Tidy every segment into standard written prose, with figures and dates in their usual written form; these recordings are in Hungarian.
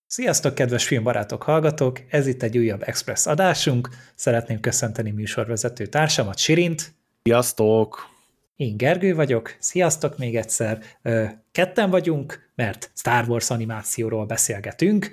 Sziasztok, kedves filmbarátok, hallgatók! Ez itt egy újabb Express adásunk. Szeretném köszönteni műsorvezető társamat, Sirint. Sziasztok! Én Gergő vagyok. Sziasztok még egyszer. Ketten vagyunk, mert Star Wars animációról beszélgetünk.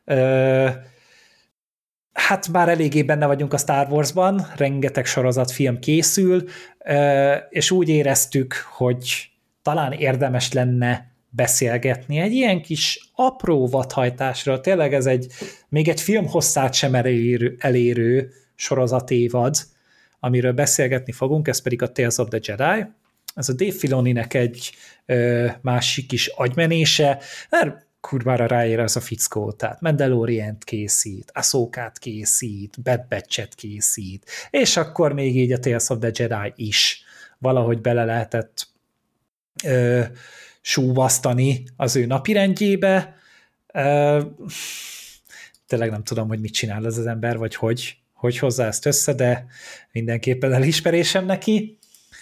Hát már eléggé benne vagyunk a Star Warsban, rengeteg sorozatfilm készül, és úgy éreztük, hogy talán érdemes lenne beszélgetni egy ilyen kis apró vadhajtásról. Tényleg ez még egy film hosszát sem elérő sorozatévad, amiről beszélgetni fogunk, ez pedig a Tales of the Jedi. Ez a Dave Filoninek egy másik kis agymenése, mert kurvára ráér az a fickó, tehát Mandalorian-t készít, Ahsokát készít, Bad Batch-et készít, és akkor még így a Tales of the Jedi is valahogy bele lehetett súvasztani az ő napirendjébe. Tényleg nem tudom, hogy mit csinál ez az ember, vagy hogy hozzá ezt össze, de mindenképpen elismerésem neki.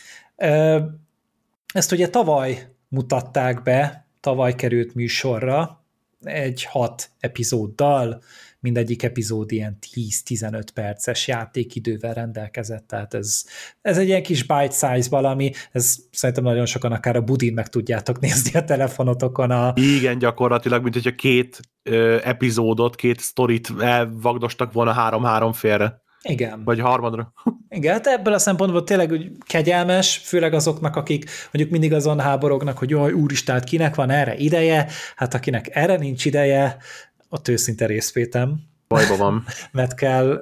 Ezt ugye tavaly mutatták be, tavaly került műsorra egy 6 epizóddal, mindegyik epizód ilyen 10-15 perces játékidővel rendelkezett, tehát ez egy ilyen kis bite size valami, ez szerintem nagyon sokan akár a budin meg tudjátok nézni a telefonotokon. Igen, gyakorlatilag, mint hogyha két epizódot, két sztorit elvagdostak volna 3-3 félre. Igen. Vagy harmadra. Igen, hát ebből a szempontból tényleg úgy kegyelmes, főleg azoknak, akik mondjuk mindig azon háborognak, hogy jaj, úristen, kinek van erre ideje, hát akinek erre nincs ideje, ott őszinte részvétem. Bajba van. Mert kell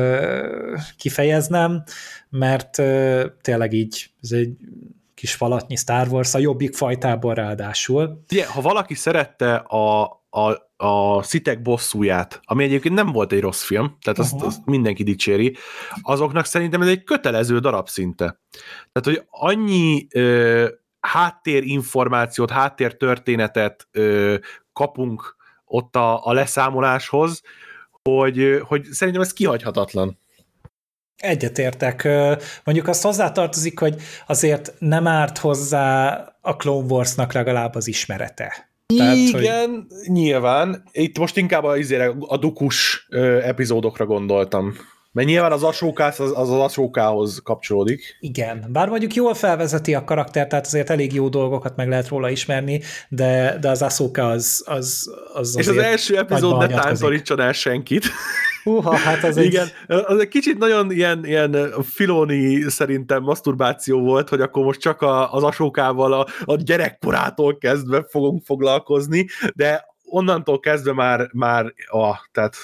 kifejeznem, mert tényleg így ez egy kis falatnyi Star Wars, a jobbik fajtából ráadásul. Igen, ha valaki szerette a Szitek bosszúját, ami egyébként nem volt egy rossz film, tehát azt mindenki dicséri, azoknak szerintem ez egy kötelező darab szinte. Tehát, hogy annyi háttérinformációt, háttértörténetet kapunk ott a leszámoláshoz, hogy szerintem ez kihagyhatatlan. Egyetértek. Mondjuk azt hozzátartozik, hogy azért nem árt hozzá a Clone Warsnak legalább az ismerete. Tehát, igen, nyilván. Itt most inkább a dukus epizódokra gondoltam. Mert nyilván az Ahsokász az Ahsokához kapcsolódik. Igen, bár mondjuk jól felvezeti a karakter, tehát azért elég jó dolgokat meg lehet róla ismerni, de az Ahsoka az és az első epizód ne tántorítson el senkit. Hát az igen, az egy kicsit nagyon ilyen Filoni szerintem maszturbáció volt, hogy akkor most csak az Ahsokával a gyerekkorától kezdve fogunk foglalkozni, de onnantól kezdve már tehát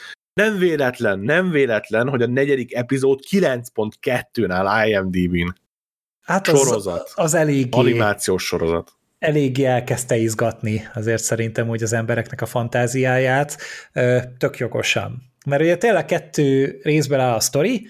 nem véletlen, hogy a 4. epizód 9.2-n áll IMDb-n. Hát sorozat. Az eléggé... Animációs sorozat. Eléggé elkezdte izgatni azért szerintem úgy az embereknek a fantáziáját, tök jogosan. Mert ugye tényleg 2 részből áll a sztori,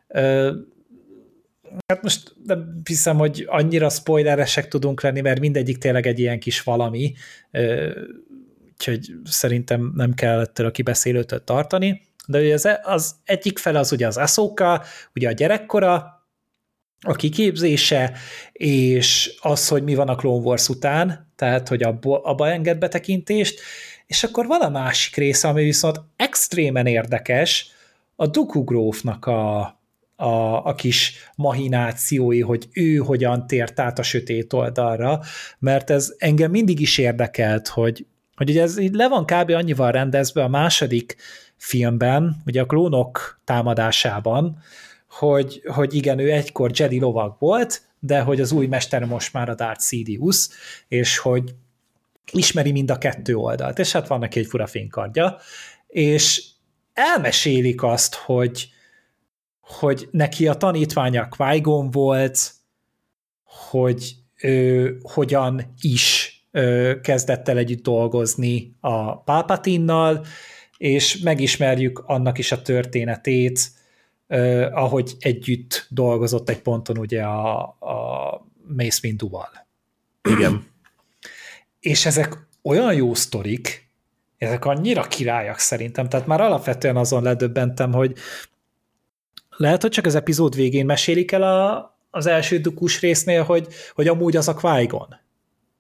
hát most nem hiszem, hogy annyira spoileresek tudunk lenni, mert mindegyik tényleg egy ilyen kis valami, úgyhogy szerintem nem kell ettől a kibeszélőtől tartani, de ugye az egyik fele az ugye az Ahsoka, ugye a gyerekkora, a kiképzése, és az, hogy mi van a Clone Wars után, tehát, hogy abba enged betekintést, és akkor van a másik része, ami viszont extrémen érdekes, a Dooku grófnak a kis mahinációi, hogy ő hogyan tért át a sötét oldalra, mert ez engem mindig is érdekelt, hogy ugye ez így le van kb. Annyival rendezve a második filmben, ugye a klónok támadásában, hogy igen, ő egykor Jedi lovag volt, de hogy az új mester most már a Darth Sidious, és hogy ismeri mind a 2 oldalt, és hát van neki egy fura fénykardja, és elmesélik azt, hogy neki a tanítványa Qui-Gon volt, hogy hogyan is kezdett el együtt dolgozni a Palpatinnal, és megismerjük annak is a történetét, ahogy együtt dolgozott egy ponton ugye a Mace Windu-val. Igen. És ezek olyan jó sztorik, ezek annyira királyak szerintem, tehát már alapvetően azon ledöbbentem, hogy lehet, hogy csak az epizód végén mesélik el az első dukus résznél, hogy amúgy az a Qui-Gon.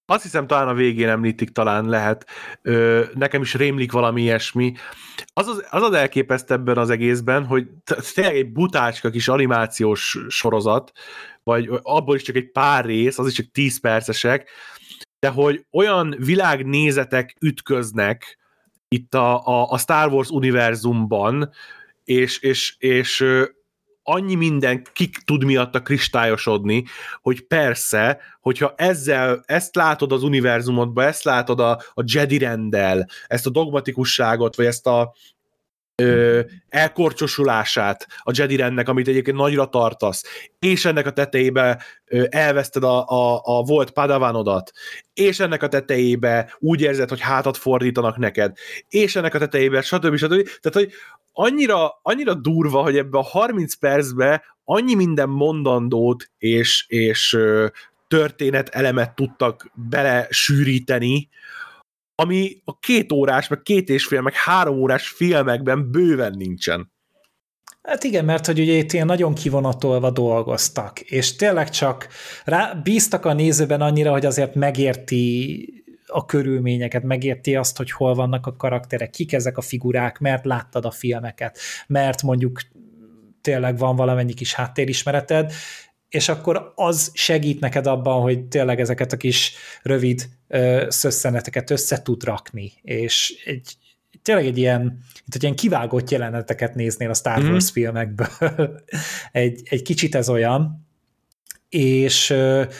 Azt hiszem, talán a végén említik, talán lehet. Nekem is rémlik valami ilyesmi. Az elképesztebben az egészben, hogy tényleg egy butácska kis animációs sorozat, vagy abból is csak egy pár rész, az is csak 10 percesek, de hogy olyan világnézetek ütköznek itt a Star Wars univerzumban, és annyi minden tud miatta kristályosodni, hogy persze, hogyha ezt látod az univerzumodban, ezt látod a Jedi renddel, ezt a dogmatikusságot, vagy ezt a elkorcsosulását a Jedi rendnek, amit egyébként nagyra tartasz, és ennek a tetejébe elveszted a volt padavanodat, és ennek a tetejébe úgy érzed, hogy hátat fordítanak neked, és ennek a tetejébe stb. Tehát, hogy annyira durva, hogy ebbe a 30 percbe annyi minden mondandót és történet elemet tudtak belesűríteni, ami a 2 órás, meg 2,5, meg 3 órás filmekben bőven nincsen. Hát igen, mert hogy ugye itt ilyen nagyon kivonatolva dolgoztak, és tényleg csak bíztak a nézőben annyira, hogy azért megérti a körülményeket, megérti azt, hogy hol vannak a karakterek, kik ezek a figurák, mert láttad a filmeket, mert mondjuk tényleg van valamennyi kis háttérismereted, és akkor az segít neked abban, hogy tényleg ezeket a kis rövid szösszeneteket össze tud rakni, és tényleg egy ilyen kivágott jeleneteket néznél a Star Wars filmekből. egy kicsit ez olyan, és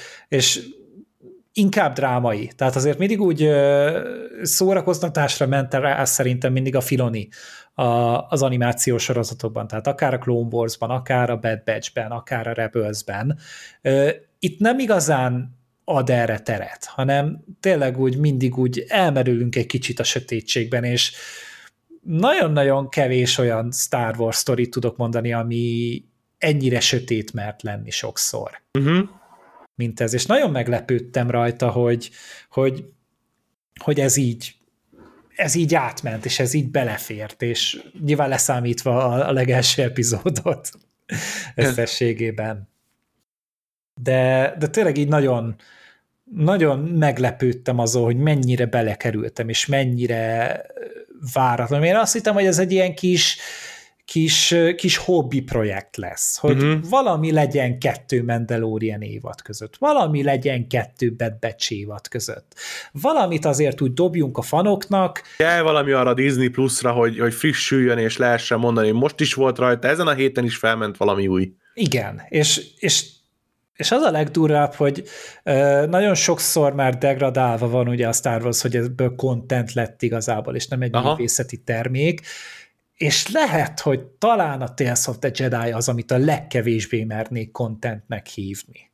inkább drámai. Tehát azért mindig úgy szórakoztatásra ment rá szerintem mindig a Filoni az animációs sorozatokban, tehát akár a Clone Wars-ban, akár a Bad Batch-ben, akár a Rebels-ben. Itt nem igazán ad erre teret, hanem tényleg úgy mindig úgy elmerülünk egy kicsit a sötétségben, és nagyon-nagyon kevés olyan Star Wars sztorit tudok mondani, ami ennyire sötét mert lenni sokszor. Mint ez. És nagyon meglepődtem rajta, hogy ez így átment, és ez így belefért, és nyilván leszámítva a legelső epizódot összességében. De tényleg így nagyon, nagyon meglepődtem azon, hogy mennyire belekerültem, és mennyire váratlan. Én azt hittem, hogy ez egy ilyen kis hobbi projekt lesz, hogy valami legyen 2 Mandalorian évad között, valami legyen 2 Bad Batch évad között. Valamit azért úgy dobjunk a fanoknak. Kell valami arra Disney Plus-ra, hogy frissüljön, és lehessen mondani, most is volt rajta, ezen a héten is felment valami új. Igen, és az a legdurvább, hogy nagyon sokszor már degradálva van ugye a Star Wars, hogy ebből content lett igazából, és nem egy művészeti termék, és lehet, hogy talán a Tales of the Jedi az, amit a legkevésbé mernék contentnek hívni.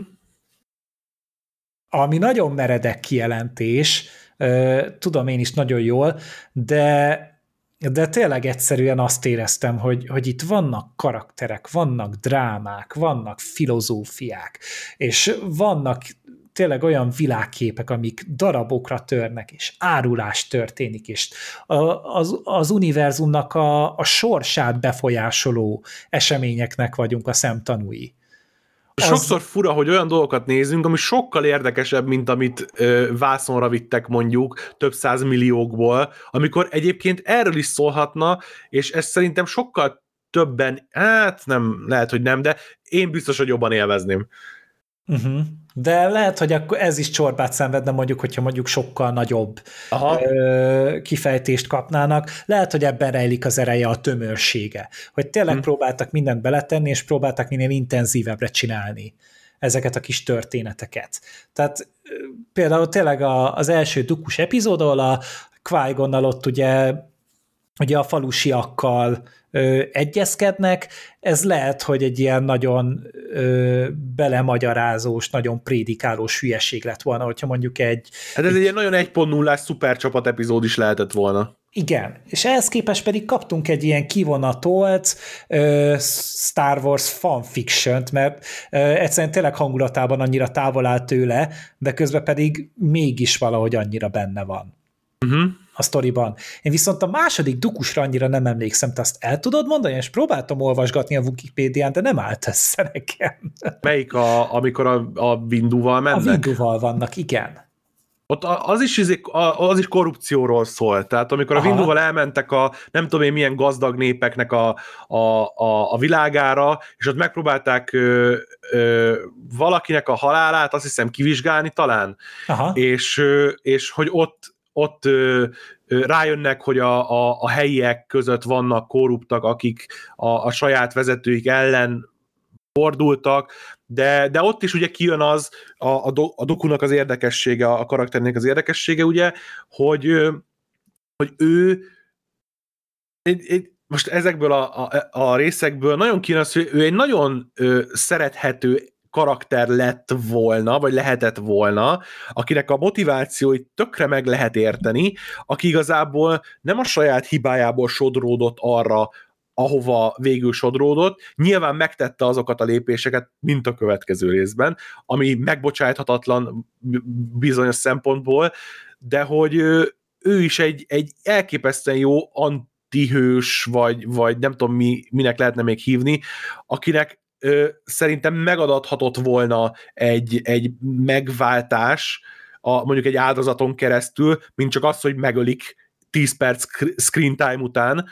Ami nagyon meredek kijelentés, tudom én is nagyon jól, de tényleg egyszerűen azt éreztem, hogy itt vannak karakterek, vannak drámák, vannak filozófiák, és vannak tényleg olyan világképek, amik darabokra törnek, és árulás történik, és az univerzumnak a sorsát befolyásoló eseményeknek vagyunk a szemtanúi. Sokszor fura, hogy olyan dolgokat nézünk, ami sokkal érdekesebb, mint amit vászonra vittek mondjuk több 100 milliókból, amikor egyébként erről is szólhatna, és ezt szerintem sokkal többen, hát nem, lehet, hogy nem, de én biztos, hogy jobban élvezném. De lehet, hogy akkor ez is csorbát szenvedne mondjuk, hogyha mondjuk sokkal nagyobb kifejtést kapnának. Lehet, hogy ebben rejlik az ereje, a tömörsége. Hogy tényleg próbáltak mindent beletenni, és próbáltak minél intenzívebbre csinálni ezeket a kis történeteket. Tehát például tényleg az első Dooku-s epizód, ahol a Qui-Gonnal ott ugye a falusiakkal egyezkednek, ez lehet, hogy egy ilyen nagyon belemagyarázós, nagyon prédikálós hülyeség lett volna, hogyha mondjuk Hát ez egy ilyen nagyon 1.0-ás szupercsapat epizód is lehetett volna. Igen, és ehhez képest pedig kaptunk egy ilyen kivonatolt Star Wars fanfiction-t, mert egyszerűen tényleg hangulatában annyira távol áll tőle, de közben pedig mégis valahogy annyira benne van. A sztoriban. Én viszont a második Dooku-sra annyira nem emlékszem, te azt el tudod mondani, és próbáltam olvasgatni a Wikipédián, de nem állt össze nekem. Melyik, amikor a Windu-val mennek? A Windu-val vannak, igen. Ott az is korrupcióról szól. Tehát amikor a Winduval elmentek a nem tudom én milyen gazdag népeknek a világára, és ott megpróbálták valakinek a halálát, azt hiszem kivizsgálni talán, és hogy ott rájönnek, hogy a helyiek között vannak korruptak, akik a saját vezetőik ellen fordultak, de ott is ugye kijön az, a dokunak az érdekessége, a karakternek az érdekessége, ugye, hogy ő most ezekből a részekből nagyon kijön az, hogy ő egy nagyon szerethető karakter lett volna, vagy lehetett volna, akinek a motivációit tökre meg lehet érteni, aki igazából nem a saját hibájából sodródott arra, ahova végül sodródott, nyilván megtette azokat a lépéseket, mint a következő részben, ami megbocsájthatatlan bizonyos szempontból, de hogy ő is egy elképesztően jó antihős, vagy nem tudom minek lehetne még hívni, akinek szerintem megadathatott volna egy megváltás, mondjuk egy áldozaton keresztül, mint csak az, hogy megölik 10 perc screen time után,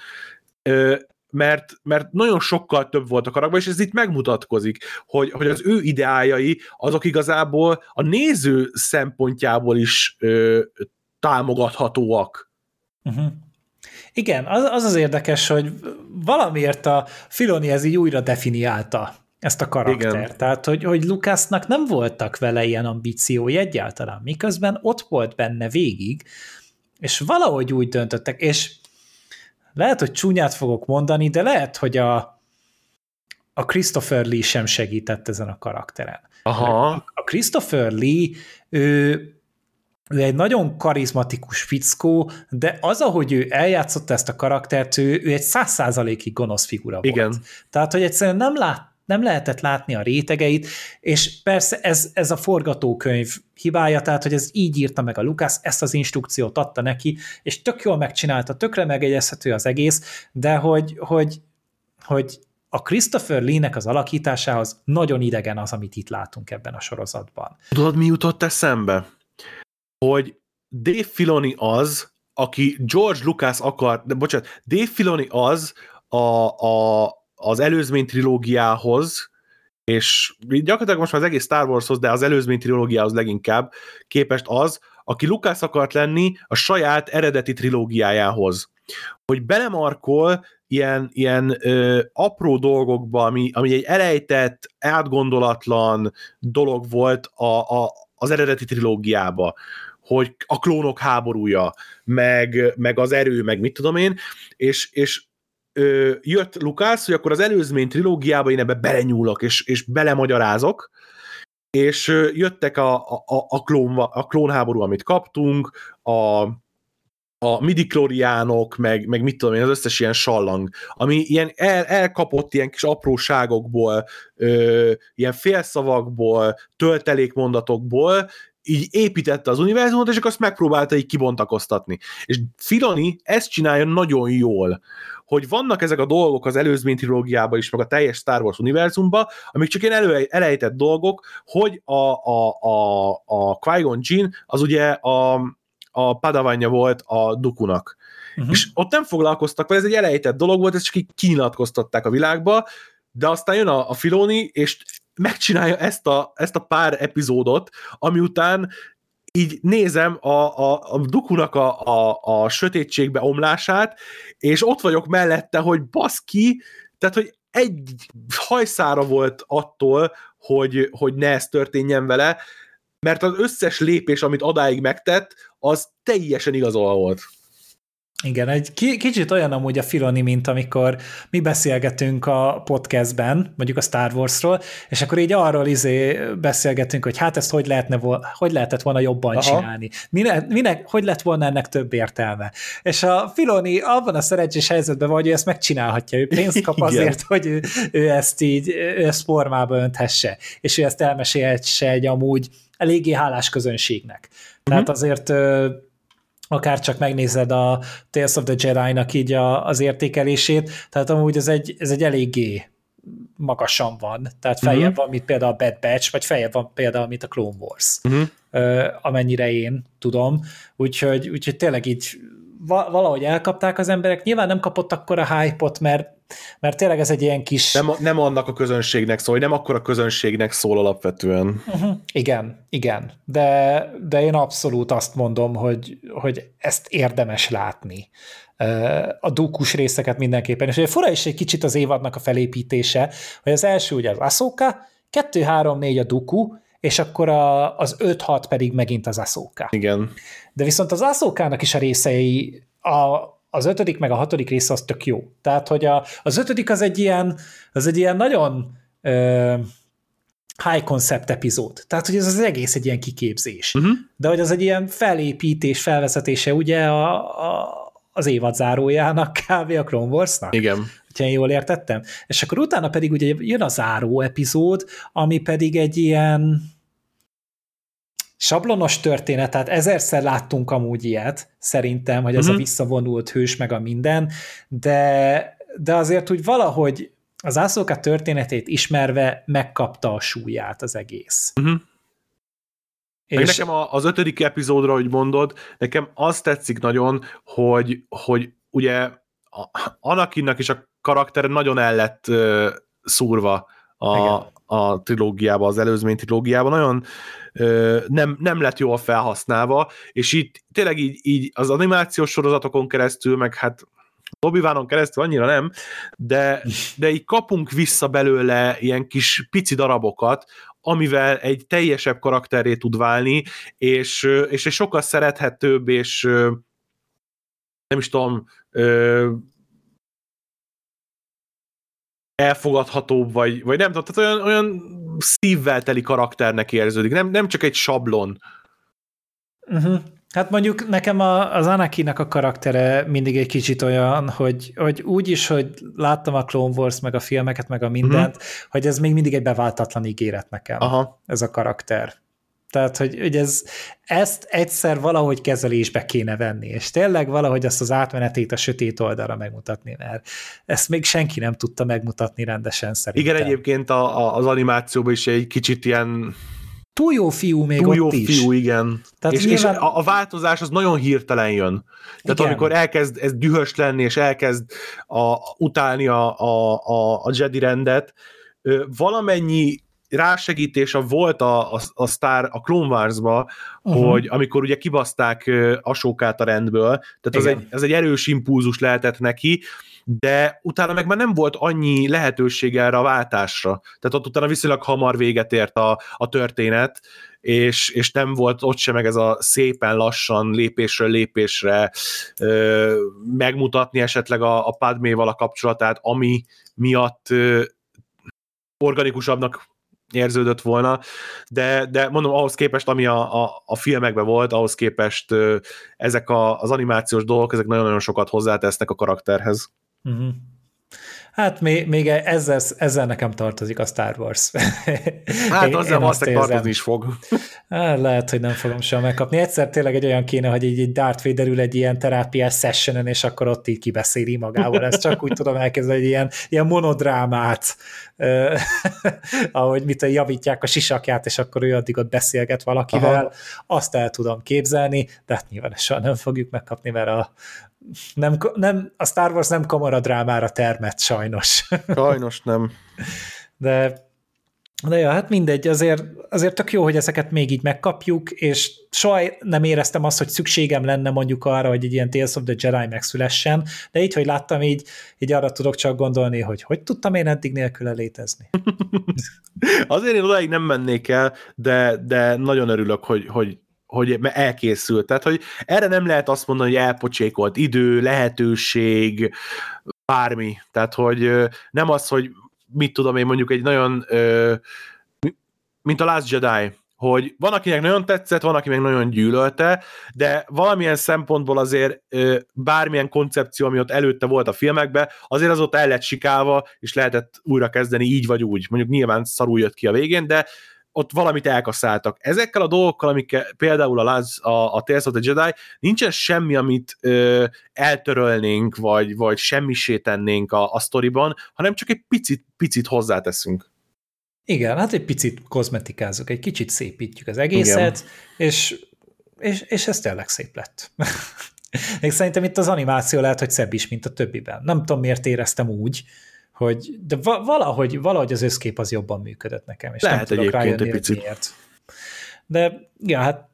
mert nagyon sokkal több volt a karakter, és ez itt megmutatkozik, hogy az ő ideájai azok igazából a néző szempontjából is támogathatóak. Uh-huh. Igen, az érdekes, hogy valamiért a Filoni ez így újra definiálta ezt a karaktert. Igen. Tehát, hogy Lucasnak nem voltak vele ilyen ambíciói egyáltalán, miközben ott volt benne végig, és valahogy úgy döntöttek, és lehet, hogy csúnyát fogok mondani, de lehet, hogy a Christopher Lee sem segített ezen a karakteren. Aha. A Christopher Lee, ő egy nagyon karizmatikus fickó, de az, ahogy ő eljátszotta ezt a karaktert, ő egy 100%-ig gonosz figura volt. Igen. Tehát, hogy egyszerűen nem lehetett látni a rétegeit, és persze ez a forgatókönyv hibája, tehát, hogy ez így írta meg a Lucas, ezt az instrukciót adta neki, és tök jól megcsinálta, tökre megegyezhető az egész, de hogy a Christopher Lee-nek az alakításához nagyon idegen az, amit itt látunk ebben a sorozatban. Tudod, mi jutott eszembe? Hogy Dave Filoni az, aki George Lucas Dave Filoni az az előzmény trilógiához, és gyakorlatilag most már az egész Star Warshoz, de az előzmény trilógiához leginkább képest az, aki Lucas akart lenni a saját eredeti trilógiájához. Hogy belemarkol ilyen apró dolgokba, ami egy elejtett, átgondolatlan dolog volt az eredeti trilógiába, hogy a klónok háborúja, meg az erő, meg mit tudom én, és jött Lucas, hogy akkor az előzmény trilógiába én ebbe belenyúlok, és belemagyarázok, és jöttek a klónháború, amit kaptunk, a midichloriánok, meg mit tudom én, az összes ilyen sallang, ami ilyen elkapott ilyen kis apróságokból, ilyen félszavakból, töltelékmondatokból, így építette az univerzumot, és akkor azt megpróbálta így kibontakoztatni. És Filoni ezt csinálja nagyon jól, hogy vannak ezek a dolgok az előzmény trilógiában is, meg a teljes Star Wars univerzumban, amik csak ilyen elejtett dolgok, hogy a Qui-Gon Jinn az ugye a padavanja volt a Dookunak. És ott nem foglalkoztak, mert ez egy elejtett dolog volt, ezt csak így kinyilatkoztatták a világba, de aztán jön a Filoni, és megcsinálja ezt a pár epizódot, ami után így nézem a Dookunak a sötétségbe omlását, és ott vagyok mellette, hogy baszki, tehát, hogy egy hajszára volt attól, hogy ne ez történjen vele, mert az összes lépés, amit odáig megtett, az teljesen igazolva volt. Igen, egy kicsit olyan amúgy a Filoni, mint amikor mi beszélgetünk a podcastben, mondjuk a Star Warsról, és akkor így arról beszélgetünk, hogy hát ezt hogy lehetett volna jobban csinálni. Hogy lett volna ennek több értelme. És a Filoni abban a szerencsés helyzetben van, hogy ő ezt megcsinálhatja, ő pénzt kap azért, hogy ő ezt formába önthesse, és ő ezt elmesélhesse egy amúgy eléggé hálás közönségnek. Tehát azért akár csak megnézed a Tales of the Jedi-nak így az értékelését, tehát amúgy ez egy eléggé magasan van, tehát feljebb van, mint például a Bad Batch, vagy feljebb van például, mint a Clone Wars, amennyire én tudom, úgyhogy tényleg így valahogy elkapták az emberek, nyilván nem kapott akkora hype-ot, mert tényleg ez egy ilyen kis... Nem annak a közönségnek szól, nem akkora közönségnek szól alapvetően. Igen, de én abszolút azt mondom, hogy ezt érdemes látni. A Dooku-s részeket mindenképpen. És ugye fura is egy kicsit az évadnak a felépítése, hogy az első ugye az Ahsoka, 2-3-4 a Dooku, és akkor az 5-6 pedig megint az Ahsoka. Igen. De viszont az Ahsokának is a részei, az 5. meg a 6. része az tök jó. Tehát, hogy az 5. az egy ilyen nagyon high concept epizód. Tehát, hogy ez az egész egy ilyen kiképzés. De hogy az egy ilyen felépítés, felvezetése ugye az évad zárójának, kb. A Clone Warsnak. Igen. Ha én jól értettem. És akkor utána pedig ugye jön a záró epizód, ami pedig egy ilyen sablonos történet, tehát ezerszer láttunk amúgy ilyet, szerintem, hogy ez a visszavonult hős meg a minden, de azért úgy valahogy az Ahsoka történetét ismerve megkapta a súlyát az egész. És nekem az 5. epizódra, hogy mondod, nekem az tetszik nagyon, hogy ugye Anakinnak is a karaktere nagyon el lett szúrva a trilógiában, az előzmény trilógiában, nagyon nem lett jól felhasználva, és itt tényleg így az animációs sorozatokon keresztül, meg hát Obi-Wanon keresztül annyira nem, de így kapunk vissza belőle ilyen kis pici darabokat, amivel egy teljesebb karakterré tud válni, és egy sokkal szerethetőbb, és nem is tudom, elfogadhatóbb, vagy nem tudom, tehát olyan szívvel teli karakternek érződik, nem csak egy sablon. Hát mondjuk nekem az Anakinnak a karaktere mindig egy kicsit olyan, hogy úgy is, hogy láttam a Clone Wars, meg a filmeket, meg a mindent, hogy ez még mindig egy beváltatlan ígéret nekem, ez a karakter. Tehát, hogy ezt egyszer valahogy kezelésbe kéne venni, és tényleg valahogy azt az átmenetét a sötét oldalra megmutatni, mert ezt még senki nem tudta megmutatni rendesen szerintem. Igen, egyébként az animációban is egy kicsit ilyen túl jó fiú még túl ott jó is. Fiú, igen. Tehát és nyilván... és a változás az nagyon hirtelen jön. Tehát igen. amikor elkezd ez dühös lenni, és elkezd utálni a Jedi rendet, valamennyi rásegítés volt a Clone Wars-ba, hogy amikor ugye kibaszták Ahsokát a rendből, tehát ez egy erős impulzus lehetett neki, de utána meg már nem volt annyi lehetőség erre a váltásra. Tehát ott utána viszonylag hamar véget ért a történet, és nem volt ott sem meg ez a szépen lassan, lépésről lépésre megmutatni esetleg a Padméval a kapcsolatát, ami miatt organikusabbnak érződött volna, de mondom, ahhoz képest, ami a filmekben volt, ahhoz képest ezek az animációs dolgok, ezek nagyon-nagyon sokat hozzátesznek a karakterhez. Hát még ezzel nekem tartozik a Star Wars. Hát azzal valószínűleg tartozni is fog. Lehet, hogy nem fogom soha megkapni. Egyszer tényleg egy olyan kéne, hogy egy Darth Vader ül egy ilyen terápiás sessionen, és akkor ott így kibeszéli magával. Ezt csak úgy tudom elképzelni, egy ilyen monodrámát, ahogy javítják a sisakját, és akkor ő addig ott beszélget valakivel. Aha. Azt el tudom képzelni, de hát nyilván soha nem fogjuk megkapni, mert a Star Wars nem kamaradrámára termett, sajnos. Sajnos nem. De ja, hát mindegy, azért tök jó, hogy ezeket még így megkapjuk, és soha nem éreztem azt, hogy szükségem lenne mondjuk arra, hogy egy ilyen Tales of the Jedi megszülessen, de így, hogy láttam, így arra tudok csak gondolni, hogy tudtam én eddig nélküle létezni. Azért én odáig nem mennék el, de nagyon örülök, hogy elkészült. Tehát, hogy erre nem lehet azt mondani, hogy elpocsékolt idő, lehetőség, bármi. Tehát, hogy nem az, hogy mit tudom én, mondjuk egy nagyon mint a Last Jedi, hogy van, akinek nagyon tetszett, van, aki meg nagyon gyűlölte, de valamilyen szempontból azért bármilyen koncepció, ami ott előtte volt a filmekben, azért az ott el lett sikálva, és lehetett újra kezdeni így vagy úgy. Mondjuk nyilván szarul jött ki a végén, de ott valamit elkaszáltak. Ezekkel a dolgokkal, amikkel például a Tales of the Jedi, nincsen semmi, amit eltörölnénk, vagy semmisé tennénk a sztoriban, hanem csak egy picit hozzáteszünk. Igen, hát egy picit kozmetikázunk, egy kicsit szépítjük az egészet, és ez tényleg szép lett. Még szerintem itt az animáció lehet, hogy szebb is, mint a többiben. Nem tudom, miért éreztem úgy, de valahogy az összkép az jobban működött nekem, és lehet nem tudok rájönni, egy picit. miért. De ja, hát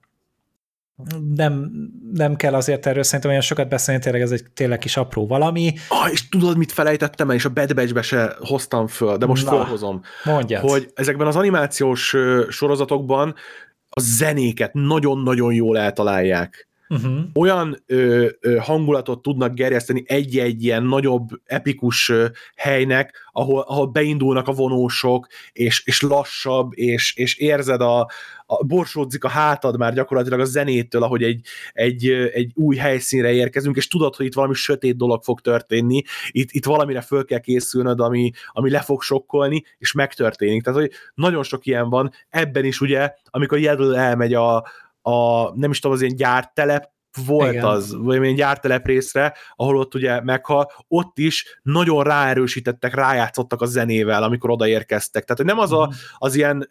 nem kell azért erről szerintem olyan sokat beszélni, tényleg ez egy tényleg kis apró valami. És tudod, mit felejtettem el, és a Bad Batch-be se hoztam föl, de most fölhozom. Mondjad. Hogy ezekben az animációs sorozatokban a zenéket nagyon-nagyon jól eltalálják. Olyan hangulatot tudnak gerjeszteni egy-egy ilyen nagyobb, epikus helynek, ahol beindulnak a vonósok, és lassabb, és érzed borsódzik a hátad már gyakorlatilag a zenétől, ahogy egy új helyszínre érkezünk, és tudod, hogy itt valami sötét dolog fog történni, itt valamire föl kell készülnöd, ami le fog sokkolni, és megtörténik. Tehát, hogy nagyon sok ilyen van. Ebben is ugye, amikor Yaddle elmegy nem is tudom, az ilyen gyártelep volt. Igen. Az, vagy ilyen gyártelep részre, ahol ott ugye meghal, ott is nagyon ráerősítettek, rájátszottak a zenével, amikor odaérkeztek. Tehát, hogy nem az az ilyen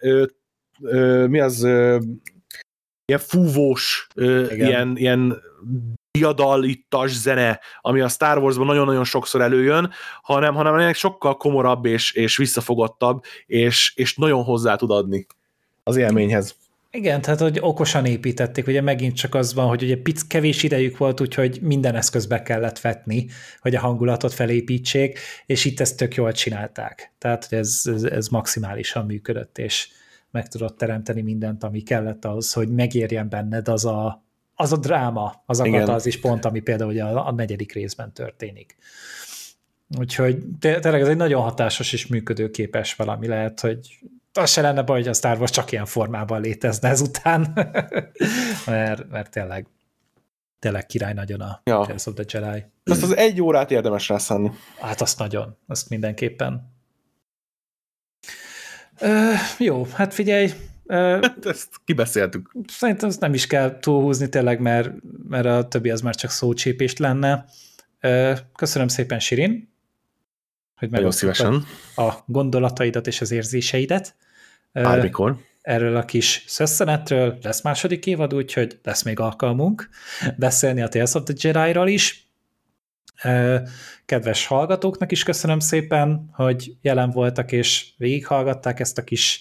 ilyen fúvós, ilyen diadalittas zene, ami a Star Warsban nagyon-nagyon sokszor előjön, hanem sokkal komorabb és visszafogottabb, és nagyon hozzá tud adni az élményhez. Igen, tehát hogy okosan építették, ugye megint csak az van, hogy ugye kevés idejük volt, úgyhogy minden eszközbe kellett vetni, hogy a hangulatot felépítsék, és itt ezt tök jól csinálták. Tehát, hogy ez maximálisan működött, és meg tudott teremteni mindent, ami kellett ahhoz, hogy megérjen benned az a dráma, az a katalzis pont, ami például ugye a 4. részben történik. Úgyhogy tényleg ez egy nagyon hatásos és működőképes valami lehet, hogy az se lenne baj, hogy a Star Wars csak ilyen formában létezne ezután, mert tényleg király nagyon a Tales of the Jedi. Azt az 1 órát érdemes rászánni. Hát azt nagyon, azt mindenképpen. Jó, hát figyelj. Ezt kibeszéltük. Szerintem ezt nem is kell túlhúzni tényleg, mert a többi az már csak szócsépést lenne. Köszönöm szépen, Sirin, hogy megosztottad a gondolataidat és az érzéseidet. Bármikor. Erről a kis szösszenetről lesz második évad, úgyhogy lesz még alkalmunk beszélni a Tales of the Jedi-ról is. Kedves hallgatóknak is köszönöm szépen, hogy jelen voltak és végighallgatták ezt a kis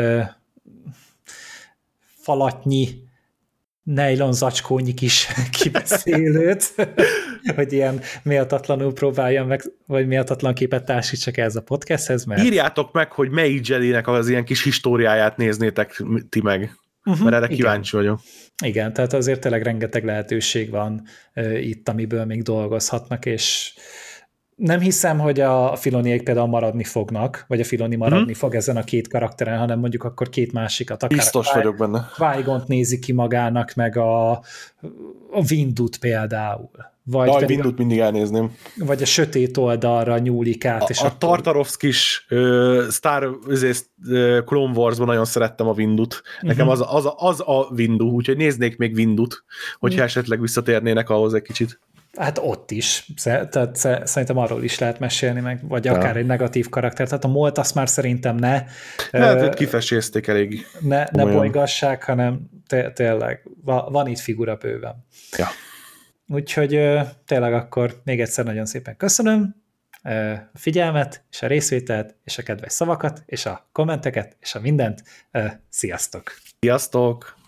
falatnyi nejlon zacskónyi kis kibeszélőt, hogy ilyen méltatlanul próbáljam meg, vagy méltatlan képet társítsak ez a podcasthez, mert... Írjátok meg, hogy melyik Jedinek az ilyen kis históriáját néznétek ti meg, mert erre kíváncsi vagyok. Igen, tehát azért tényleg rengeteg lehetőség van itt, amiből még dolgozhatnak, és nem hiszem, hogy a Filoniék például maradni fognak, vagy a Filoni maradni fog ezen a 2 karakteren, hanem mondjuk akkor 2 másikat. Akár biztos vagyok benne. Qui-Gont nézi ki magának, meg a Windut például. Vagy Windut mindig elnézném. Vagy a sötét oldalra nyúlik át. És a Tartarovszkis Clone Wars-ban nagyon szerettem a Windut. Nekem az a Windu, úgyhogy néznék még Windut, hogyha esetleg visszatérnének ahhoz egy kicsit. Hát ott is, tehát szerintem arról is lehet mesélni meg, vagy akár egy negatív karakter, tehát a Molt azt már szerintem ne. Hát kifesézték elég. Ne bolygassák, hanem tényleg van itt figura bőven. Ja. Úgyhogy tényleg akkor még egyszer nagyon szépen köszönöm a figyelmet, és a részvételt, és a kedves szavakat, és a kommenteket, és a mindent. Sziasztok! Sziasztok!